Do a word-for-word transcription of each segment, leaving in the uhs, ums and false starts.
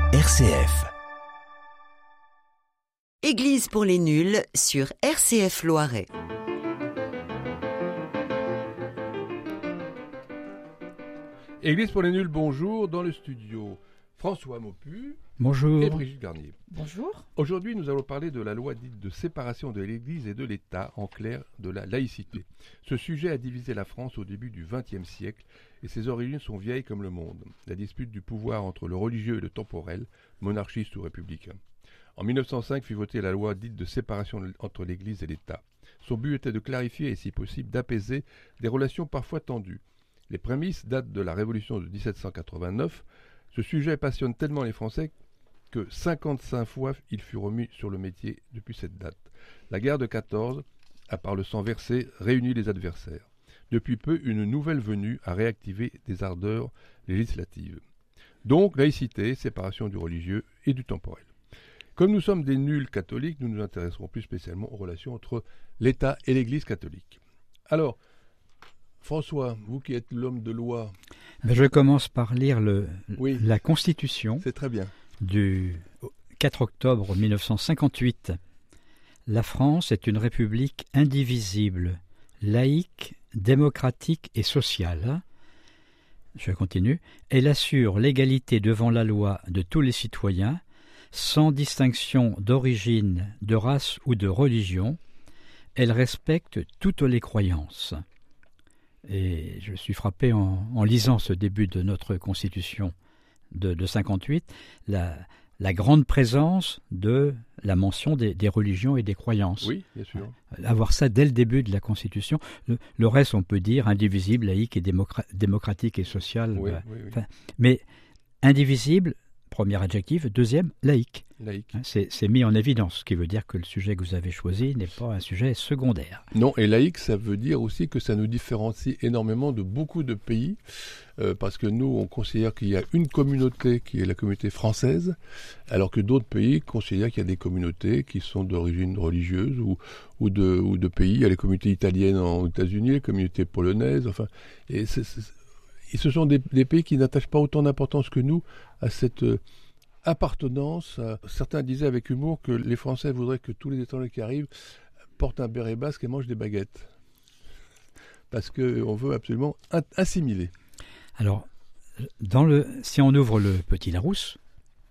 R C F. Église pour les nuls sur R C F Loiret. Église pour les nuls, bonjour. Dans le studio, François Maupu. Bonjour. Et Brigitte Garnier. Bonjour. Aujourd'hui, nous allons parler de la loi dite de séparation de l'Église et de l'État, en clair, de la laïcité. Ce sujet a divisé la France au début du vingtième siècle et ses origines sont vieilles comme le monde. La dispute du pouvoir entre le religieux et le temporel, monarchiste ou républicain. En mille neuf cent cinq fut votée la loi dite de séparation entre l'Église et l'État. Son but était de clarifier et, si possible, d'apaiser des relations parfois tendues. Les prémices datent de la Révolution de dix-sept cent quatre-vingt-neuf. Ce sujet passionne tellement les Français que cinquante-cinq fois il fut remis sur le métier depuis cette date. La guerre de quatorze, à part le sang versé, réunit les adversaires. Depuis peu, une nouvelle venue a réactivé des ardeurs législatives. Donc, laïcité, séparation du religieux et du temporel. Comme nous sommes des nuls catholiques, nous nous intéresserons plus spécialement aux relations entre l'État et l'Église catholique. Alors, François, vous qui êtes l'homme de loi... Ben je commence par lire le, oui, la Constitution c'est très bien. Du quatre octobre mille neuf cent cinquante-huit. La France est une république indivisible, laïque, démocratique et sociale. Je continue. Elle assure l'égalité devant la loi de tous les citoyens, sans distinction d'origine, de race ou de religion. Elle respecte toutes les croyances. Et je suis frappé en, en lisant ce début de notre Constitution de, de cinquante-huit, la, la grande présence de la mention des, des religions et des croyances. Oui, bien sûr. Avoir ça dès le début de la Constitution. Le, le reste, on peut dire indivisible, laïque et démocra- démocratique et social. Oui, bah, oui, oui. Enfin, mais indivisible, premier adjectif. Deuxième, laïque. Laïque. Hein, c'est, c'est mis en évidence, ce qui veut dire que le sujet que vous avez choisi n'est pas un sujet secondaire. Non, et laïque, ça veut dire aussi que ça nous différencie énormément de beaucoup de pays, euh, parce que nous, on considère qu'il y a une communauté qui est la communauté française, alors que d'autres pays considèrent qu'il y a des communautés qui sont d'origine religieuse ou, ou, de, ou de pays. Il y a les communautés italiennes aux États-Unis, les communautés polonaises, enfin... Et c'est, c'est, et ce sont des, des pays qui n'attachent pas autant d'importance que nous à cette... Euh, appartenance. À... Certains disaient avec humour que les Français voudraient que tous les étrangers qui arrivent portent un béret basque et mangent des baguettes. Parce qu'on veut absolument assimiler. Alors, dans le, si on ouvre le Petit Larousse,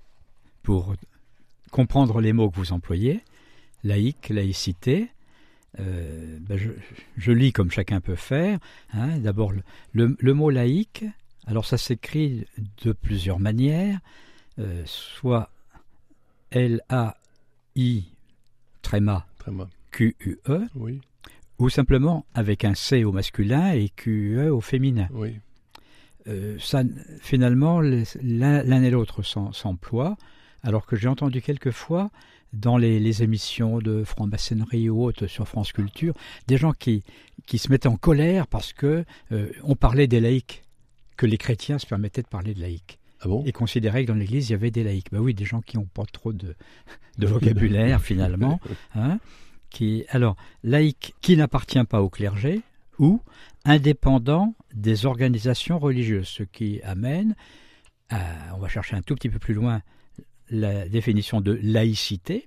pour comprendre les mots que vous employez, laïque, laïcité, euh, ben je, je lis comme chacun peut faire. Hein, d'abord, le, le, le mot laïque, alors ça s'écrit de plusieurs manières. Euh, soit L A I tréma Q U E, oui. Ou simplement avec un C au masculin et Q U E au féminin. Oui. Euh, ça, finalement, l'un, l'un et l'autre s'emploient, alors que j'ai entendu quelquefois dans les, les émissions de franc-maçonnerie ou autres sur France Culture, des gens qui, qui se mettaient en colère parce que euh, on parlait des laïcs, que les chrétiens se permettaient de parler de laïcs. Ah bon ? Et considérait que dans l'Église, il y avait des laïcs. Ben oui, des gens qui n'ont pas trop de, de vocabulaire, finalement. Hein, qui, alors, laïc qui n'appartient pas au clergé ou indépendant des organisations religieuses, ce qui amène, à, on va chercher un tout petit peu plus loin, la définition de laïcité.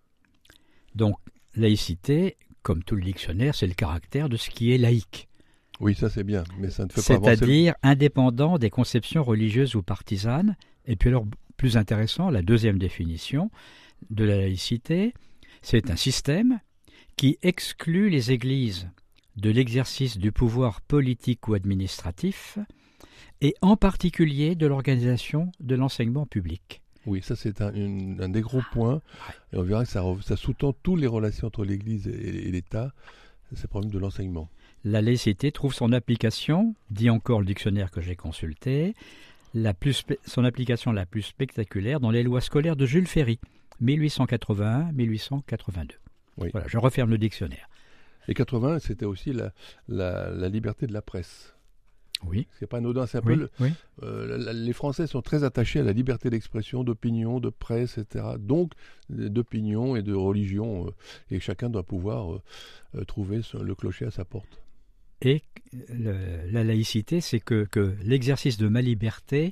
Donc, laïcité, comme tout le dictionnaire, c'est le caractère de ce qui est laïque. Oui, ça c'est bien, mais ça ne fait pas avancer. C'est-à-dire indépendant des conceptions religieuses ou partisanes. Et puis alors, plus intéressant, la deuxième définition de la laïcité, c'est un système qui exclut les églises de l'exercice du pouvoir politique ou administratif, et en particulier de l'organisation de l'enseignement public. Oui, ça c'est un, une, un des gros points, et on verra que ça, ça sous-tend toutes les relations entre l'Église et, et l'État, c'est le problème de l'enseignement. La laïcité trouve son application, dit encore le dictionnaire que j'ai consulté, la plus, son application la plus spectaculaire dans les lois scolaires de Jules Ferry, mille huit cent quatre-vingt-un à mille huit cent quatre-vingt-deux. Oui. Voilà, je referme le dictionnaire. Et quatre-vingt, c'était aussi la, la, la liberté de la presse. Oui. C'est pas anodin, c'est un oui, peu... Le, oui. euh, la, les Français sont très attachés à la liberté d'expression, d'opinion, de presse, et cetera. Donc, d'opinion et de religion. Euh, et chacun doit pouvoir euh, euh, trouver le clocher à sa porte. Et le, la laïcité, c'est que, que l'exercice de ma liberté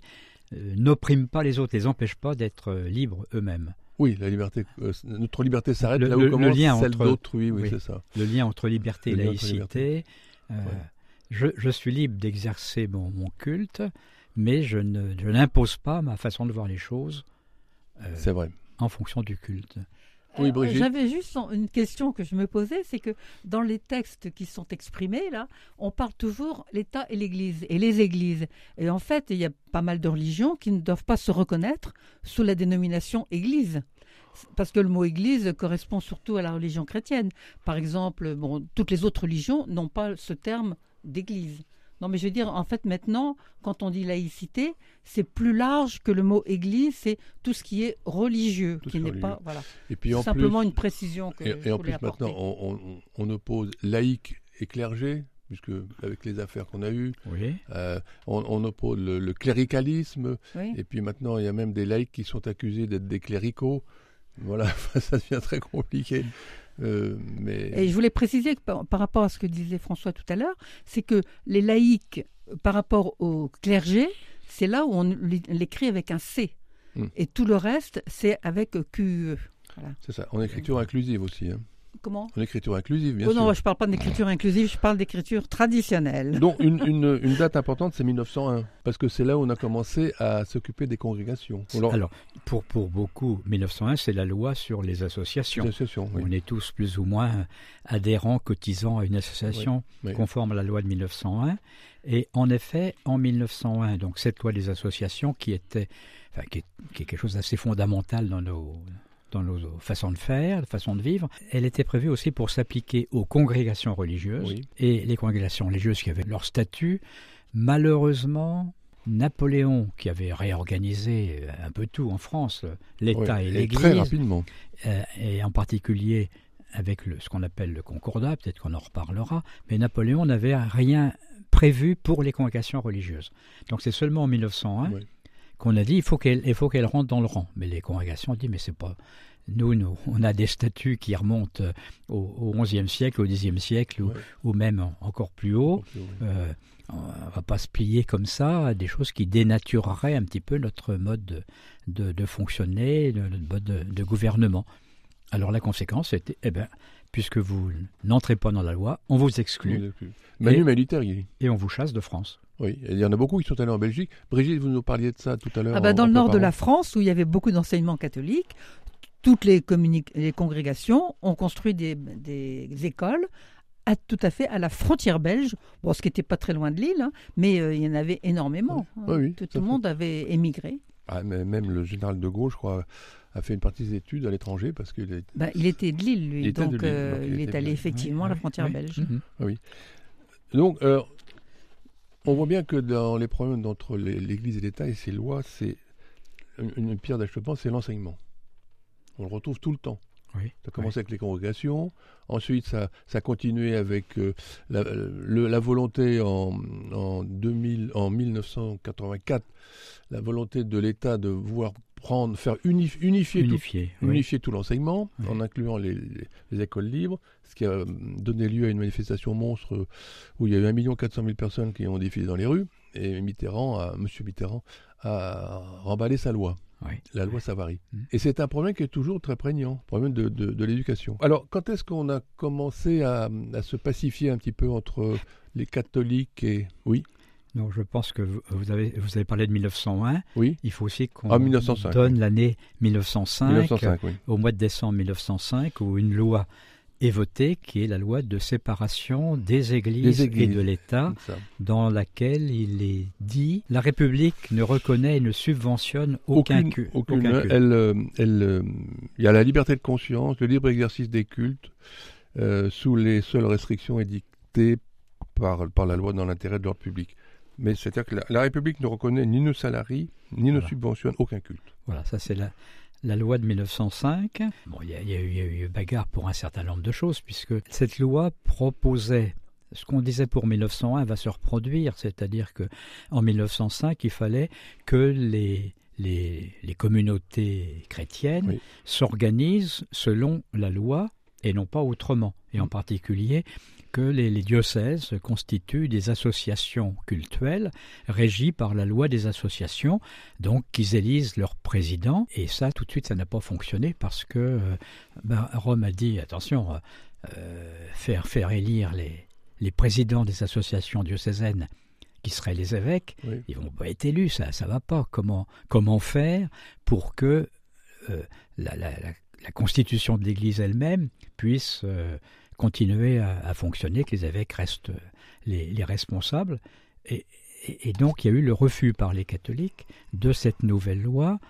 euh, n'oppriment pas les autres, les empêchent pas d'être euh, libres eux-mêmes. Oui, la liberté, euh, notre liberté s'arrête Le- là où le- commence le lien celle entre- d'autrui, oui, oui. c'est ça. Le lien entre liberté Le et lien entre laïcité. euh, Ouais. je, je suis libre d'exercer mon, mon culte, mais je, ne, je n'impose pas ma façon de voir les choses euh, C'est vrai. en fonction du culte. Oui, Euh, Brigitte. J'avais juste une question que je me posais, c'est que dans les textes qui sont exprimés, là, on parle toujours l'État et l'Église, et les Églises. Et en fait, il y a pas mal de religions qui ne doivent pas se reconnaître sous la dénomination Église. Parce que le mot Église correspond surtout à la religion chrétienne. Par exemple, bon, toutes les autres religions n'ont pas ce terme d'Église. Non, mais je veux dire, en fait, maintenant, quand on dit laïcité, c'est plus large que le mot Église, c'est tout ce qui est religieux, Tout qui ce n'est religieux. pas... Voilà. Et puis C'est en simplement plus, une précision que et, je et en voulais plus apporter. maintenant, on, on, on oppose laïc et clergé, puisque avec les affaires qu'on a eues, Oui. euh, on, on oppose le, le cléricalisme, Oui. et puis maintenant il y a même des laïcs qui sont accusés d'être des cléricaux. Voilà, ça devient très compliqué. Euh, mais Et je voulais préciser que par, par rapport à ce que disait François tout à l'heure, c'est que les laïcs, par rapport au clergé, c'est là où on l'écrit avec un C. Mm. Et tout le reste, c'est avec Q E. Voilà. c'est ça, en écriture inclusive aussi. Hein. Comment En écriture inclusive, bien Oh sûr. non, je ne parle pas d'écriture inclusive, je parle d'écriture traditionnelle. Donc une, une, une date importante, c'est mille neuf cent un, parce que c'est là où on a commencé à s'occuper des congrégations. Alors, Alors, pour, pour beaucoup, mille neuf cent un, c'est la loi sur les les associations. associations, oui. On est tous plus ou moins adhérents, cotisants à une association Oui, oui. conforme à la loi de mille neuf cent un. Et en effet, en mille neuf cent un, donc cette loi des associations qui était, enfin, qui est, qui est quelque chose d'assez fondamental dans nos, dans nos façons de faire, façons de vivre, elle était prévue aussi pour s'appliquer aux congrégations religieuses. Oui. Et les congrégations religieuses qui avaient leur statut, malheureusement, Napoléon, qui avait réorganisé un peu tout en France, l'État Oui, et et l'Église, très rapidement. euh, et en particulier avec le, ce qu'on appelle le concordat, peut-être qu'on en reparlera, mais Napoléon n'avait rien prévu pour les congrégations religieuses. Donc c'est seulement en mille neuf cent un Oui. qu'on a dit il faut qu'elle il faut qu'elle rentre dans le rang. Mais les congrégations ont dit mais c'est pas nous, nous on a des statuts qui remontent au, au onzième siècle, au dixième siècle ou, Ouais. ou même encore plus haut. Oui. Euh, on ne va pas se plier comme ça à des choses qui dénatureraient un petit peu notre mode de, de, de fonctionner, de- notre mode de, de gouvernement. Alors la conséquence était, eh ben, puisque vous n'entrez pas dans la loi, on vous exclut Oui, Manu Et- Militaire, il- et on vous chasse de France. oui. Et il y en a beaucoup qui sont allés en Belgique. Brigitte, vous nous parliez de ça tout à l'heure. Ah bah, en- dans en le nord de préparant. la France, où il y avait beaucoup d'enseignements catholiques, toutes les, communi- les congrégations ont construit des, des écoles à, tout à fait à la frontière belge, bon, ce qui n'était pas très loin de Lille, hein, mais euh, il y en avait énormément. hein. Oui, oui, tout, tout tout à le fait. monde avait émigré. Ah, mais même le général de Gaulle, je crois, a fait une partie des études à l'étranger parce qu'il est... Ben, il était de Lille, lui, Il était de donc, Lille, euh, donc il il, était est allé bien. effectivement à la Oui, frontière oui. belge. Mhm. Donc, euh, on voit bien que dans les problèmes entre les- l'Église et l'État et ses lois, c'est une, une pierre d'achoppement, c'est l'enseignement. On le retrouve tout le temps. Oui. Ça a commencé avec les congrégations, ensuite ça, ça a continué avec euh, la, le- la volonté en, en, deux mille, en mille neuf cent quatre-vingt-quatre, la volonté de l'État de vouloir prendre, faire unif- unifier, tout, Unifié. oui. unifier tout l'enseignement, Oui. en incluant les, les- les écoles libres, ce qui a donné lieu à une manifestation monstre où il y a eu un million quatre cent mille personnes qui ont défilé dans les rues, et Mitterrand, a, M. Mitterrand a remballé sa loi. Oui. La loi Savary. Mm. Et c'est un problème qui est toujours très prégnant, problème de, de, de l'éducation. Alors, quand est-ce qu'on a commencé à, à se pacifier un petit peu entre les catholiques et... Oui, Donc je pense que vous vous avez, vous avez parlé de mille neuf cent un. oui. Il faut aussi qu'on Ah, mille neuf cent cinq, donne l'année mille neuf cent cinq, mille neuf cent cinq, oui. au mois de décembre mille neuf cent cinq, où une loi est votée, qui est la loi de séparation des églises, Des églises. et de l'État, C'est ça. dans laquelle il est dit la République ne reconnaît et ne subventionne aucun Aucune, culte. aucune, aucun culte. elle, euh, elle, euh, il y a la liberté de conscience, le libre exercice des cultes, euh, sous les seules restrictions édictées par, par la loi dans l'intérêt de l'ordre public. Mais c'est-à-dire que la, la République ne reconnaît ni ne salarie, ni ne Voilà. subventionne aucun culte. Voilà, ça c'est la, la loi de mille neuf cent cinq. Bon, il y, a- il y a eu- il y a eu bagarre pour un certain nombre de choses, puisque cette loi proposait, ce qu'on disait pour mille neuf cent un va se reproduire, c'est-à-dire que en mille neuf cent cinq, il fallait que les, les, les communautés chrétiennes Oui. s'organisent selon la loi et non pas autrement. Et en particulier que les, les diocèses constituent des associations cultuelles régies par la loi des associations, donc qu'ils élisent leur président. Et ça, tout de suite, ça n'a pas fonctionné parce que euh, ben, Rome a dit, attention, euh, faire, faire élire les, les présidents des associations diocésaines qui seraient les évêques, oui. Ils ne vont pas être élus, ça ne va pas. Comment, comment faire pour que euh, la, la, la, la constitution de l'Église elle-même puisse euh, continuer à, à fonctionner, que les évêques restent les, les responsables. Et, et, et donc, il y a eu le refus par les catholiques de cette nouvelle loi,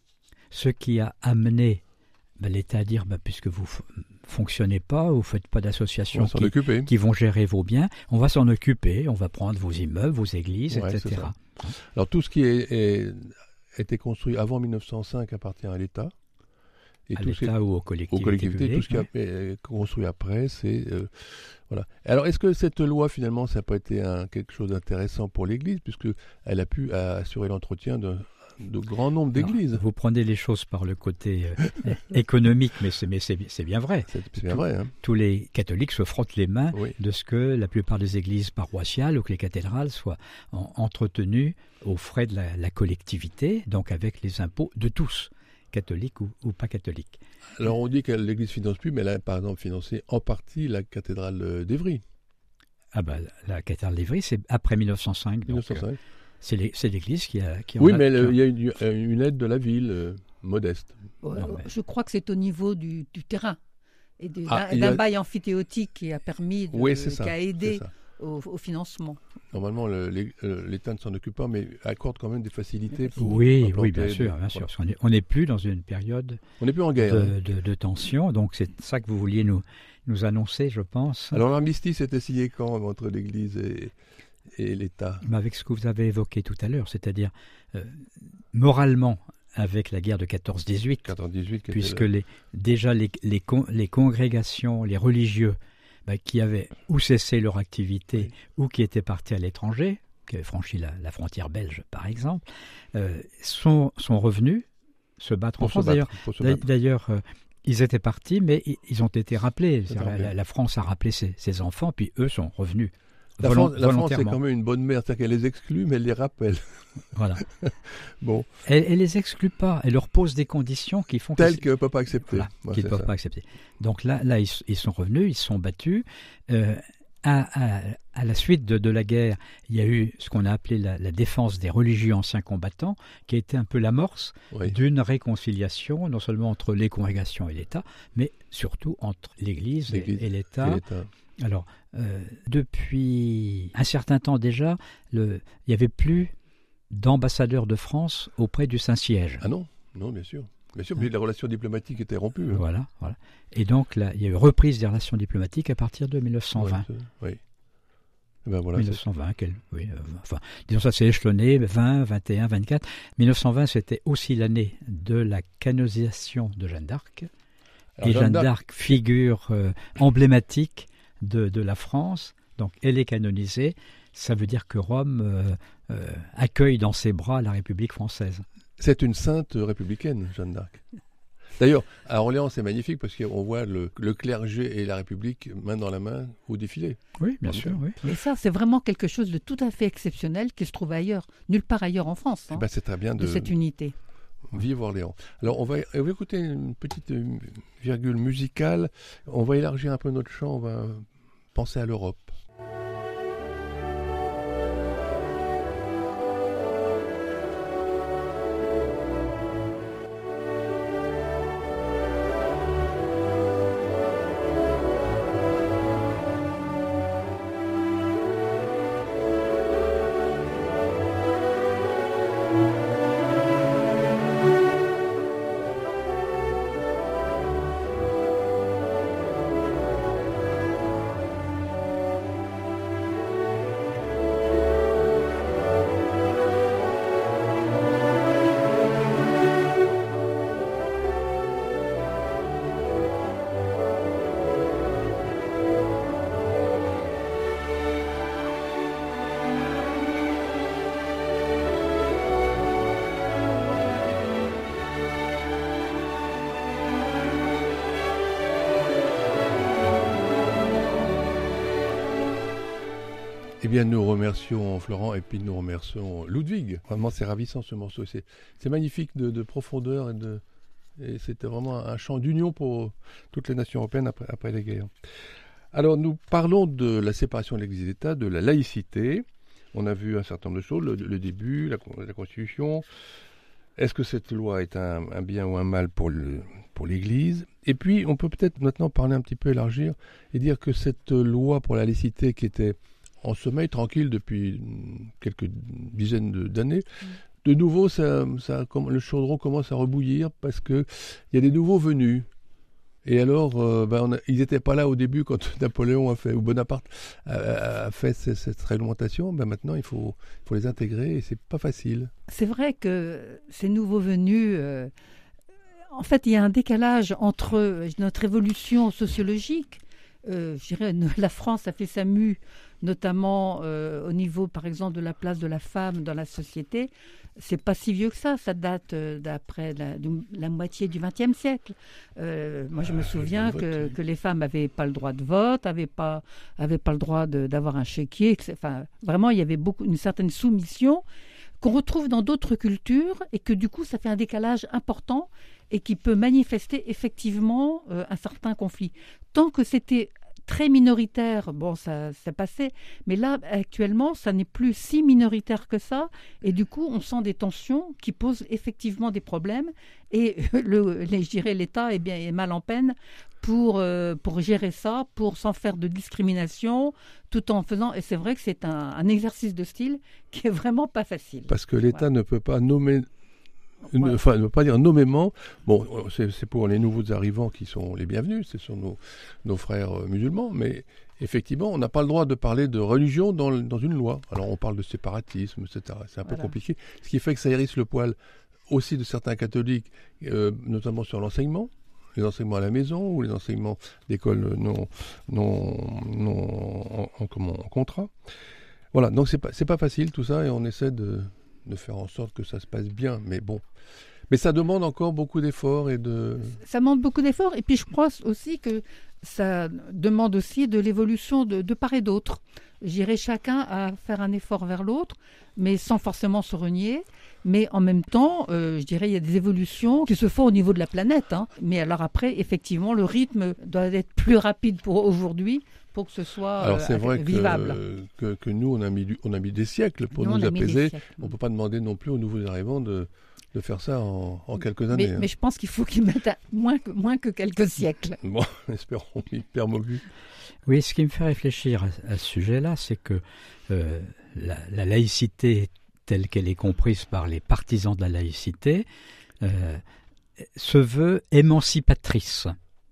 ce qui a amené ben, l'État à dire, ben, puisque vous ne fonctionnez pas, vous ne faites pas d'associations qui, qui vont gérer vos biens, on va s'en occuper, on va prendre vos immeubles, vos églises, ouais, et cetera. Alors, tout ce qui est, est, a été construit avant mille neuf cent cinq appartient à l'État. Et à tout l'État ce qui est, ou aux collectivités, aux collectivités publiques, tout ce qui ouais. est construit après, c'est euh, voilà. Alors, est-ce que cette loi finalement, ça n'a pas été un, quelque chose d'intéressant pour l'Église, puisque elle a pu assurer l'entretien de, de grand nombre d'églises. Non, vous prenez les choses par le côté euh, économique, mais c'est mais c'est, c'est bien vrai. C'est, c'est bien vrai. Hein. Tous les catholiques se frottent les mains oui. de ce que la plupart des églises paroissiales ou que les cathédrales soient en, entretenues aux frais de la, la collectivité, donc avec les impôts de tous. Catholique ou, ou pas catholique. Alors on dit que l'Église ne finance plus, mais elle a par exemple financé en partie la cathédrale d'Évry. Ah ben la cathédrale d'Évry, c'est après mille neuf cent cinq. mille neuf cent cinq. Donc, euh, c'est, les, c'est l'Église qui a... Qui oui, a, mais qui a... il y a une, une aide de la ville, euh, modeste. Euh, non, mais... Je crois que c'est au niveau du, du terrain et de, ah, d'un, d'un a... bail amphithéotique qui a permis, de, oui, c'est ça, qui a aidé c'est ça. Au, au financement. Normalement, le, l'État ne s'en occupe pas, mais accorde quand même des facilités pour... Oui, oui, bien sûr, bien sûr. Parce qu'on n'est plus dans une période on n'est plus en guerre, de, hein. de, de tension, donc c'est ça que vous vouliez nous, nous annoncer, je pense. Alors l'armistice était signé quand entre l'Église et, et l'État? Mais avec ce que vous avez évoqué tout à l'heure, c'est-à-dire euh, moralement, avec la guerre de quatorze dix-huit, quatorze dix-huit puisque les, déjà les, les, con, les congrégations, les religieux, bah, qui avaient ou cessé leur activité, oui. ou qui étaient partis à l'étranger, qui avaient franchi la, la frontière belge par exemple, euh, sont, sont revenus se battre pour en France. Se battre, d'ailleurs, d'ailleurs euh, ils étaient partis, mais ils ont été rappelés. La, la, la France a rappelé ses, ses enfants, puis eux sont revenus. La, Volont, France, la France, c'est quand même une bonne mère, c'est-à-dire qu'elle les exclut, mais elle les rappelle. Voilà. Bon. Elle ne les exclut pas, elle leur pose des conditions qui font... Telles qu'elles ne peuvent pas accepter. Voilà, ouais, qu'ils ne peuvent ça. pas accepter. Donc là, là ils, ils sont revenus, ils se sont battus. Euh, à, à, à la suite de, de la guerre, il y a eu ce qu'on a appelé la, la défense des religieux anciens combattants, qui a été un peu l'amorce oui. d'une réconciliation, non seulement entre les congrégations et l'État, mais surtout entre l'Église, l'Église et, et l'État. Et l'État. Alors, euh, depuis un certain temps déjà, le, il n'y avait plus d'ambassadeurs de France auprès du Saint-Siège. Ah non, non, bien sûr. Bien sûr, mais hein. La relation diplomatique était rompue. Hein. Voilà, voilà. Et donc, là, il y a eu reprise des relations diplomatiques à partir de mille neuf cent vingt. Oui. oui. Ben voilà, mille neuf cent vingt, quel, oui, euh, enfin, disons ça s'est échelonné, vingt, vingt et un, vingt-quatre. mille neuf cent vingt, c'était aussi l'année de la canonisation de Jeanne d'Arc. Alors, et Jeanne, Jeanne d'Arc, d'Arc figure euh, emblématique De, de la France, donc elle est canonisée, ça veut dire que Rome euh, euh, accueille dans ses bras la République française. C'est une sainte républicaine, Jeanne d'Arc. D'ailleurs, à Orléans, c'est magnifique parce qu'on voit le, le clergé et la République main dans la main au défilé. Oui, bien sûr. Oui. Et ça, c'est vraiment quelque chose de tout à fait exceptionnel qui se trouve ailleurs, nulle part ailleurs en France, hein, ben, c'est très bien de, de cette unité. Vive Orléans. Alors, on va, on va écouter une petite virgule musicale. On va élargir un peu notre champ, on va penser à l'Europe. Eh bien, nous remercions Florent et puis nous remercions Ludwig. Vraiment, c'est ravissant ce morceau. C'est, c'est magnifique de, de profondeur et, de, et c'était vraiment un chant d'union pour toutes les nations européennes après, après les guerres. Alors, nous parlons de la séparation de l'Église et l'État, de la laïcité. On a vu un certain nombre de choses, le, le début, la, la Constitution. Est-ce que cette loi est un, un bien ou un mal pour, le, pour l'Église ? Et puis, on peut peut-être maintenant parler un petit peu, élargir, et dire que cette loi pour la laïcité qui était en sommeil tranquille depuis quelques dizaines de, d'années, mmh. de nouveau, ça, ça, le chaudron commence à rebouillir parce qu'il y a des nouveaux venus. Et alors, euh, ben on a, ils n'étaient pas là au début quand Napoléon a fait, ou Bonaparte a, a fait cette, cette réglementation. Ben maintenant, il faut, il faut les intégrer et c'est pas facile. C'est vrai que ces nouveaux venus, euh, en fait, il y a un décalage entre notre évolution sociologique. Euh, je dirais, la France a fait sa mue, notamment euh, au niveau, par exemple, de la place de la femme dans la société. C'est pas si vieux que ça, ça date euh, d'après la, de, la moitié du vingtième siècle. Euh, moi, je me souviens ah, que, que les femmes n'avaient pas le droit de vote, n'avaient pas, avaient pas le droit de, d'avoir un chéquier. Enfin, vraiment, il y avait beaucoup, une certaine soumission qu'on retrouve dans d'autres cultures et que du coup, ça fait un décalage important et qui peut manifester effectivement euh, un certain conflit. Tant que c'était très minoritaire, bon, ça, ça passait. Mais là, actuellement, ça n'est plus si minoritaire que ça. Et du coup, on sent des tensions qui posent effectivement des problèmes. Et le, les, je dirais, l'État est, bien, est mal en peine pour, euh, pour gérer ça, pour s'en faire de discrimination, tout en faisant... Et c'est vrai que c'est un, un exercice de style qui est vraiment pas facile. Parce que l'État voilà. ne peut pas nommer... Une, ouais. Enfin, ne veut pas dire nommément. Bon, c'est, c'est pour les nouveaux arrivants qui sont les bienvenus, ce sont nos, nos frères musulmans, mais effectivement, on n'a pas le droit de parler de religion dans, dans une loi. Alors, on parle de séparatisme, et cetera. C'est un peu voilà. compliqué, ce qui fait que ça hérisse le poil aussi de certains catholiques, euh, notamment sur l'enseignement, les enseignements à la maison ou les enseignements d'école non, non, non en, en, comment, en contrat. Voilà, donc c'est pas, c'est pas facile tout ça, et on essaie de... de faire en sorte que ça se passe bien, mais bon. Mais ça demande encore beaucoup d'efforts et de... Ça demande beaucoup d'efforts, et puis je crois aussi que ça demande aussi de l'évolution de, de part et d'autre. J'irai chacun à faire un effort vers l'autre, mais sans forcément se renier. Mais en même temps, euh, je dirais, il y a des évolutions qui se font au niveau de la planète. Hein. Mais alors après, effectivement, le rythme doit être plus rapide pour aujourd'hui, pour que ce soit Alors c'est euh, vrai vivable. Que, que, que nous, on a, mis du, on a mis des siècles pour nous, nous apaiser. On ne peut pas demander non plus aux nouveaux arrivants de, de faire ça en, en quelques années. Mais, hein. mais je pense qu'il faut qu'ils mettent à moins, que, moins que quelques siècles. Bon, espérons, Père Maugu. Oui, ce qui me fait réfléchir à, à ce sujet-là, c'est que euh, la, la laïcité telle qu'elle est comprise par les partisans de la laïcité euh, se veut émancipatrice.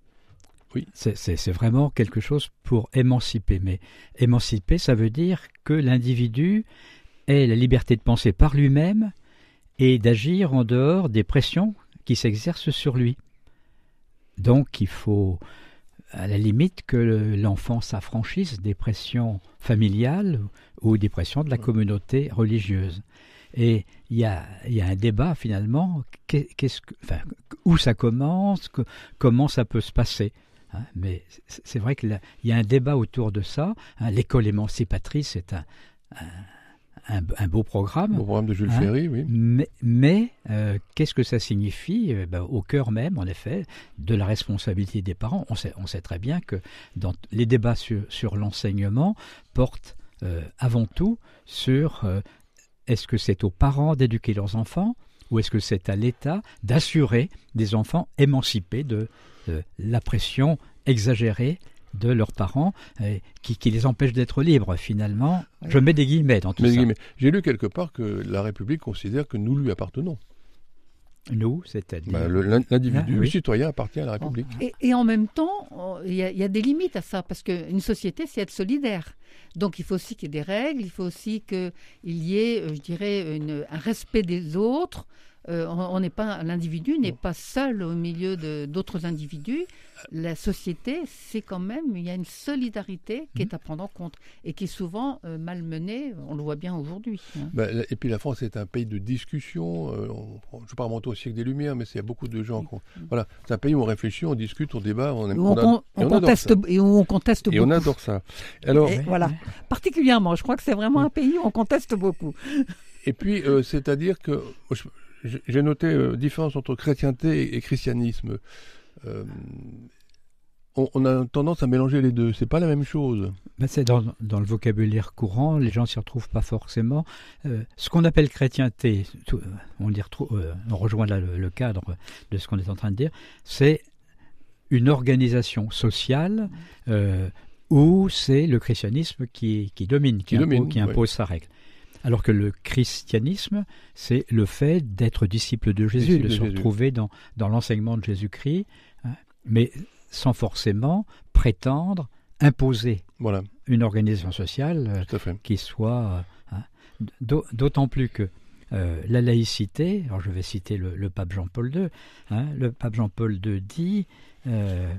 Oui. C'est, c'est, c'est vraiment quelque chose pour émanciper. Mais émanciper, ça veut dire que l'individu ait la liberté de penser par lui-même et d'agir en dehors des pressions qui s'exercent sur lui. Donc il faut, à la limite, que l'enfant s'affranchisse des pressions familiales ou des pressions de la communauté religieuse. Et il y a, y a un débat finalement, qu'est-ce que, enfin, où ça commence, que, comment ça peut se passer. Hein, mais c'est vrai qu'il y a un débat autour de ça. Hein, l'école émancipatrice, c'est un, un, un, un beau programme. Beau programme de Jules hein, Ferry, oui. Mais, mais euh, qu'est-ce que ça signifie eh ben, au cœur même, en effet, de la responsabilité des parents. On sait, on sait très bien que dans les débats sur, sur l'enseignement portent euh, avant tout sur euh, est-ce que c'est aux parents d'éduquer leurs enfants ou est-ce que c'est à l'État d'assurer des enfants émancipés de euh, la pression exagérée de leurs parents euh, qui, qui les empêche d'être libres finalement. Oui. Je mets des guillemets dans tout mais, ça. Guillemets. J'ai lu quelque part que la République considère que nous lui appartenons. Nous, c'est-à-dire bah, le, l'individu, ah, oui. le citoyen appartient à la République. Et, et en même temps, il y, y a des limites à ça, parce qu'une société, c'est être solidaire. Donc il faut aussi qu'il y ait des règles, il faut aussi qu'il y ait, je dirais, une, un respect des autres, euh, on n'est pas l'individu n'est pas seul au milieu de, d'autres individus. La société, c'est quand même, il y a une solidarité qui mmh. est à prendre en compte et qui est souvent euh, malmenée. On le voit bien aujourd'hui. Hein. Bah, et puis la France est un pays de discussion. Euh, on, je ne vais pas remonter au siècle des Lumières, mais il y a beaucoup de gens. Mmh. Voilà, c'est un pays où on réfléchit, on discute, on débat, on, on, on, a, on, on conteste et où on conteste beaucoup. Et on adore ça. Alors, et, voilà, particulièrement, je crois que c'est vraiment un pays où on conteste beaucoup. Et puis, euh, c'est-à-dire que je, j'ai noté euh, différence entre chrétienté et, et christianisme. Euh, on, on a tendance à mélanger les deux. C'est pas la même chose. Ben c'est dans, dans le vocabulaire courant, les gens s'y retrouvent pas forcément. Euh, ce qu'on appelle chrétienté, tout, on, y retrouve, euh, on rejoint là le, le cadre de ce qu'on est en train de dire, c'est une organisation sociale euh, où c'est le christianisme qui, qui domine, qui, qui, domine, impose, qui impose ouais. sa règle. Alors que le christianisme, c'est le fait d'être disciple de Jésus, disciple de, de se Jésus. retrouver dans, dans l'enseignement de Jésus-Christ, hein, mais sans forcément prétendre imposer voilà. une organisation sociale euh, qui soit... Hein, d'autant plus que euh, la laïcité, alors je vais citer le, le pape Jean-Paul deux, hein, le pape Jean-Paul deux dit... Euh,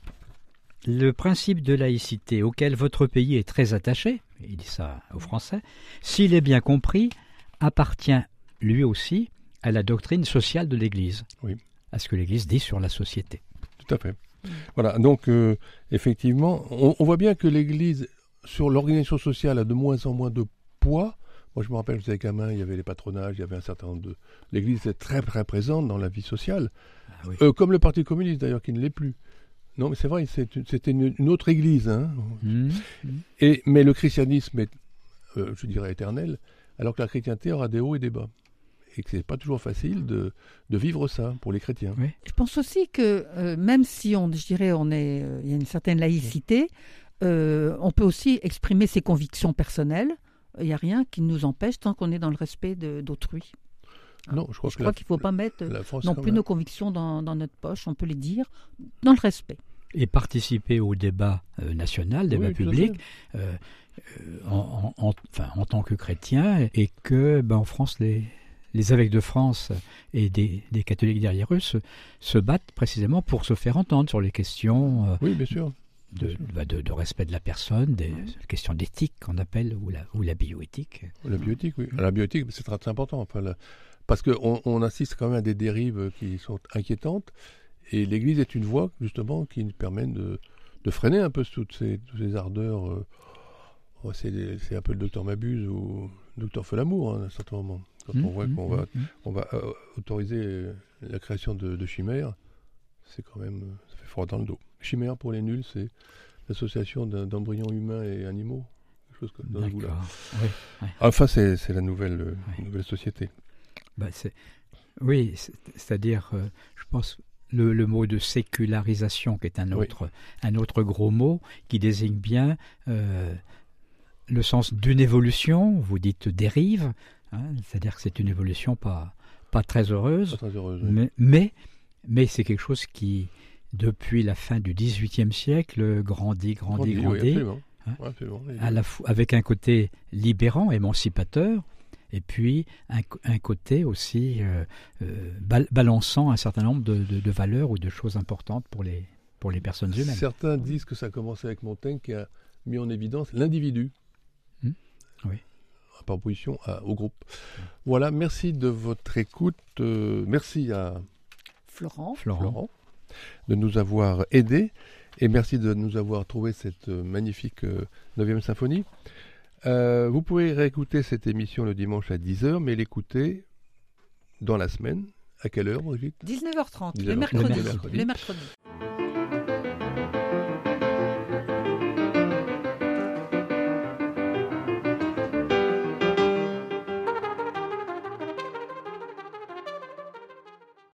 le principe de laïcité auquel votre pays est très attaché, il dit ça aux Français, s'il est bien compris, appartient lui aussi à la doctrine sociale de l'Église, oui. à ce que l'Église dit sur la société. Tout à fait. Voilà, donc euh, effectivement, on, on voit bien que l'Église, sur l'organisation sociale, a de moins en moins de poids. Moi, je me rappelle, j'étais gamin, il y avait les patronages, il y avait un certain nombre de... L'Église était très, très présente dans la vie sociale, ah, oui. euh, comme le Parti communiste d'ailleurs, qui ne l'est plus. Non, mais c'est vrai, c'est une, c'était une, une autre église. Hein. Mmh. Et, mais le christianisme est, euh, je dirais, éternel, alors que la chrétienté aura des hauts et des bas. Et que ce n'est pas toujours facile de, de vivre ça pour les chrétiens. Oui. Je pense aussi que euh, même si, on, je dirais, on est, euh, il y a une certaine laïcité, euh, on peut aussi exprimer ses convictions personnelles. Il n'y a rien qui nous empêche tant qu'on est dans le respect de, d'autrui. Non, je crois, je que crois la, qu'il ne faut pas mettre non plus même. nos convictions dans, dans notre poche, on peut les dire dans le respect. Et participer au débat euh, national, débat oui, public, euh, en, en, enfin, en tant que chrétien, et que ben, en France, les, les évêques de France et des, des catholiques derrière eux se, se battent précisément pour se faire entendre sur les questions euh, oui, bien sûr. De, bien sûr. Bah, de, de respect de la personne, des oui. questions d'éthique qu'on appelle, ou la, ou la bioéthique. La bioéthique, oui. La bioéthique, c'est très, très important. Enfin, la, parce qu'on on assiste quand même à des dérives qui sont inquiétantes. Et l'Église est une voie, justement, qui nous permet de, de freiner un peu toutes ces, toutes ces ardeurs. Euh, oh, c'est, c'est un peu le docteur Mabuse ou le docteur Felamour, hein, à un certain moment. Quand mmh, on voit mmh, qu'on va, mmh. on va euh, autoriser la création de, de chimères, c'est quand même, ça fait froid dans le dos. Chimères, pour les nuls, c'est l'association d'un, d'embryons humains et animaux. Quelque chose comme dans ce goût-là. Oui, oui. Enfin, c'est, c'est la nouvelle, euh, oui. nouvelle société. Bah, c'est, oui, c'est, c'est-à-dire, euh, je pense... Le, le mot de sécularisation, qui est un autre, oui. un autre gros mot, qui désigne bien euh, le sens d'une évolution, vous dites dérive, hein, c'est-à-dire que c'est une évolution pas, pas très heureuse, pas très heureuse oui. mais, mais, mais c'est quelque chose qui, depuis la fin du dix-huitième siècle, grandit, grandit, grandit, oui, absolument. Hein, ouais, absolument, à la fo- avec un côté libérant, émancipateur, et puis un, un côté aussi euh, euh, bal- balançant un certain nombre de, de, de valeurs ou de choses importantes pour les, pour les personnes humaines. Certains disent que ça a commencé avec Montaigne qui a mis en évidence l'individu. Mmh. Oui. Par opposition à, au groupe. Mmh. Voilà, merci de votre écoute. Euh, merci à Florent. Florent. Florent de nous avoir aidés et merci de nous avoir trouvé cette magnifique euh, neuvième symphonie. Euh, vous pouvez réécouter cette émission le dimanche à dix heures, mais l'écouter dans la semaine. À quelle heure, Brigitte ? dix-neuf heures trente, dix-neuf heures trente le mercredi. Le mercredi. Le mercredi.